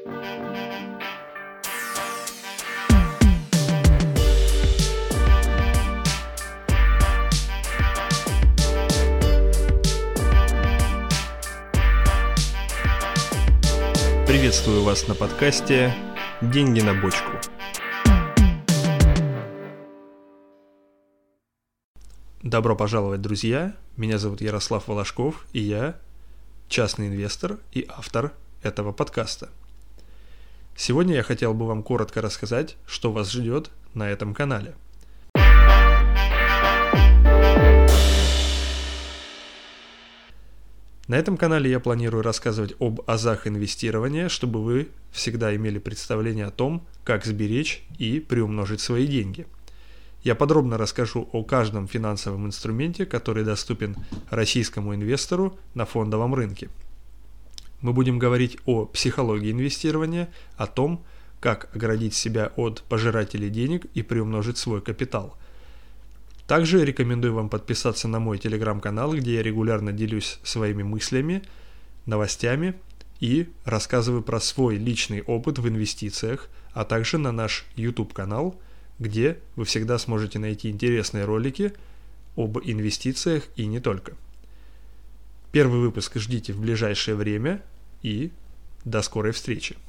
Приветствую вас на подкасте «Деньги на бочку». Добро пожаловать, друзья! Меня зовут Ярослав Волошков, и я частный инвестор и автор этого подкаста. Сегодня я хотел бы вам коротко рассказать, что вас ждет на этом канале. На этом канале я планирую рассказывать об азах инвестирования, чтобы вы всегда имели представление о том, как сберечь и приумножить свои деньги. Я подробно расскажу о каждом финансовом инструменте, который доступен российскому инвестору на фондовом рынке. Мы будем говорить о психологии инвестирования, о том, как оградить себя от пожирателей денег и приумножить свой капитал. Также рекомендую вам подписаться на мой телеграм-канал, где я регулярно делюсь своими мыслями, новостями и рассказываю про свой личный опыт в инвестициях, а также на наш YouTube-канал, где вы всегда сможете найти интересные ролики об инвестициях и не только. Первый выпуск ждите в ближайшее время и до скорой встречи.